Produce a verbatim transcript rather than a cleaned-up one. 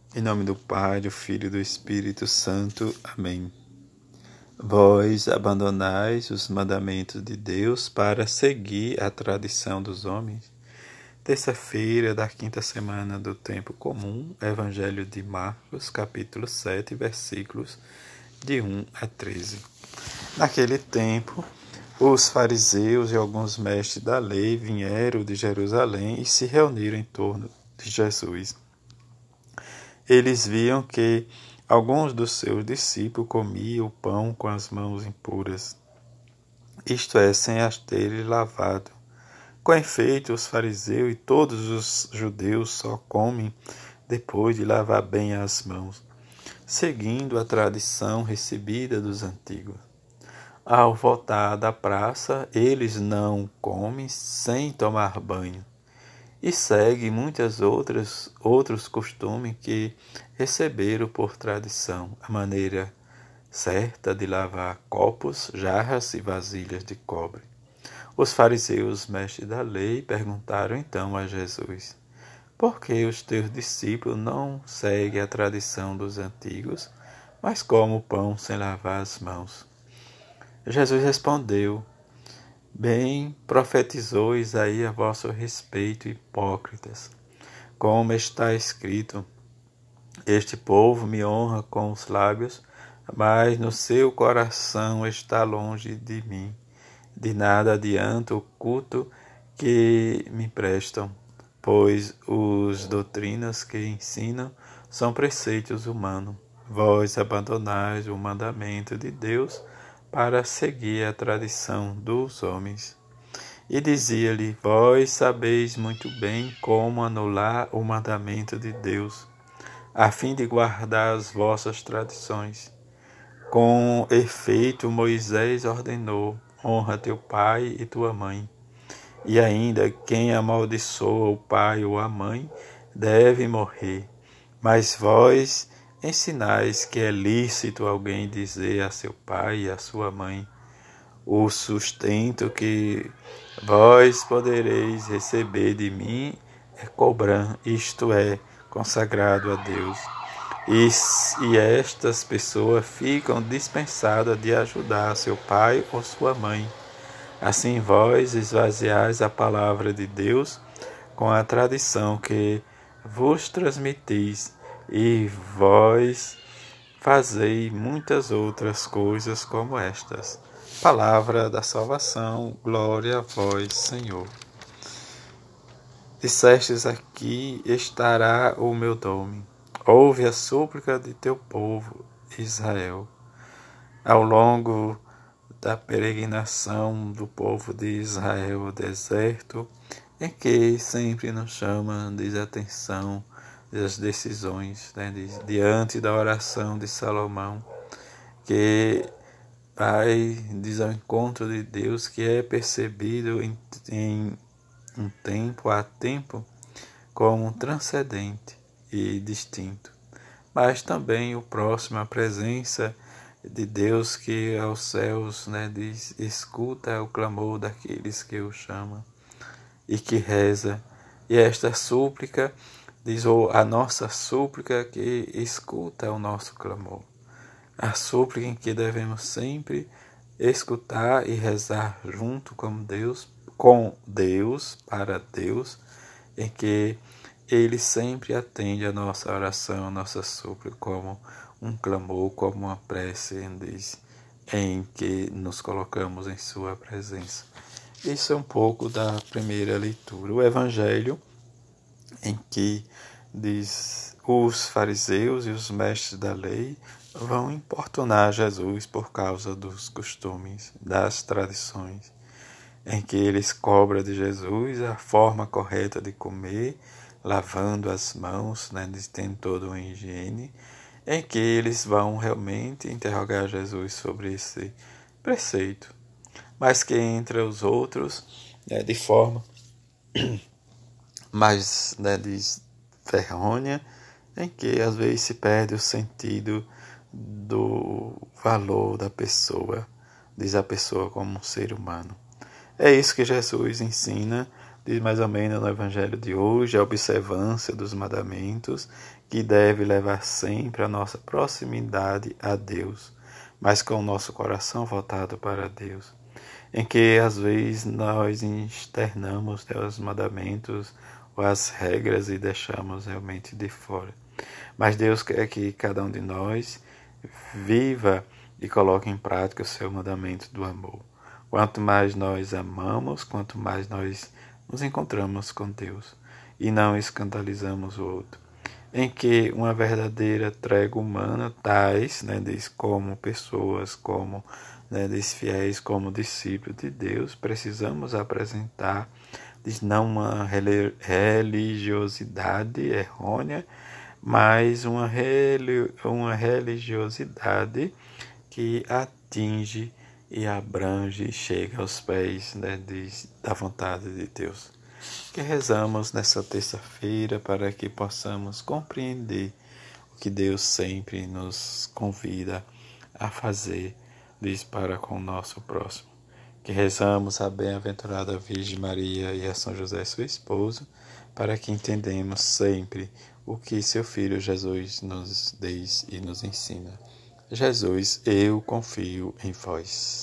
Em nome do Pai, do Filho e do Espírito Santo. Amém. Vós abandonais os mandamentos de Deus para seguir a tradição dos homens. Terça-feira da quinta semana do tempo comum, Evangelho de Marcos, capítulo sete, versículos de um a treze. Naquele tempo, os fariseus e alguns mestres da lei vieram de Jerusalém e se reuniram em torno de Jesus. Eles viam que alguns dos seus discípulos comiam o pão com as mãos impuras, isto é, sem as terem lavado. Com efeito, os fariseus e todos os judeus só comem depois de lavar bem as mãos, seguindo a tradição recebida dos antigos. Ao voltar da praça, eles não comem sem tomar banho, e seguem muitas outras outros costumes que receberam por tradição, a maneira certa de lavar copos, jarras e vasilhas de cobre. Os fariseus, mestres da lei, perguntaram então a Jesus: por que os teus discípulos não seguem a tradição dos antigos, mas comem o pão sem lavar as mãos? Jesus respondeu: bem profetizou Isaías a vosso respeito, hipócritas. Como está escrito: este povo me honra com os lábios, mas no seu coração está longe de mim. De nada adianta o culto que me prestam, pois os doutrinas que ensinam são preceitos humanos. Vós abandonais o mandamento de Deus para seguir a tradição dos homens. E dizia-lhe: vós sabeis muito bem como anular o mandamento de Deus, a fim de guardar as vossas tradições. Com efeito, Moisés ordenou: honra teu pai e tua mãe. E ainda, quem amaldiçoa o pai ou a mãe deve morrer. Mas vós ensinais que é lícito alguém dizer a seu pai e a sua mãe: o sustento que vós podereis receber de mim é cobrã, isto é, consagrado a Deus. E, e estas pessoas ficam dispensadas de ajudar seu pai ou sua mãe. Assim vós esvaziais a palavra de Deus com a tradição que vos transmitis, e vós fazei muitas outras coisas como estas. Palavra da salvação, glória a vós, Senhor. Dissestes: aqui estará o meu nome. Ouve a súplica de teu povo, Israel. Ao longo da peregrinação do povo de Israel ao deserto, em que sempre nos chama desatenção das decisões, né, diante da oração de Salomão, que vai diz ao encontro de Deus, que é percebido em, em um tempo a tempo como transcendente e distinto, mas também o próximo, a presença de Deus que aos céus, né, diz, escuta o clamor daqueles que o chamam e que reza. E esta súplica, diz, ou a nossa súplica que escuta o nosso clamor. A súplica em que devemos sempre escutar e rezar junto com Deus, com Deus, para Deus, em que Ele sempre atende a nossa oração, a nossa súplica, como um clamor, como uma prece, diz, em que nos colocamos em Sua presença. Isso é um pouco da primeira leitura. O Evangelho, em que diz, os fariseus e os mestres da lei vão importunar Jesus por causa dos costumes, das tradições, em que eles cobram de Jesus a forma correta de comer, lavando as mãos, né, tendo toda uma higiene, em que eles vão realmente interrogar Jesus sobre esse preceito, mas que entre os outros, né, de forma mais, né, diz, ferrônea, em que às vezes se perde o sentido do valor da pessoa, diz a pessoa como um ser humano. É isso que Jesus ensina diz mais ou menos no Evangelho de hoje, a observância dos mandamentos, que deve levar sempre a nossa proximidade a Deus, mas com o nosso coração voltado para Deus, em que às vezes nós externamos, né, os mandamentos ou as regras e deixamos realmente de fora. Mas Deus quer que cada um de nós viva e coloque em prática o seu mandamento do amor. Quanto mais nós amamos, quanto mais nós nos encontramos com Deus e não escandalizamos o outro. Em que uma verdadeira trégua humana, tais, né, diz, como pessoas, como né, diz, fiéis, como discípulos de Deus, precisamos apresentar, diz, não uma religiosidade errônea, mas uma, uma religiosidade que atinge e abrange e chega aos pés, né, de, da vontade de Deus. Que rezamos nessa terça-feira para que possamos compreender o que Deus sempre nos convida a fazer, diz, para com o nosso próximo. Que rezamos a bem-aventurada Virgem Maria e a São José, seu esposo, para que entendamos sempre o que seu Filho Jesus nos diz e nos ensina. Jesus, eu confio em vós.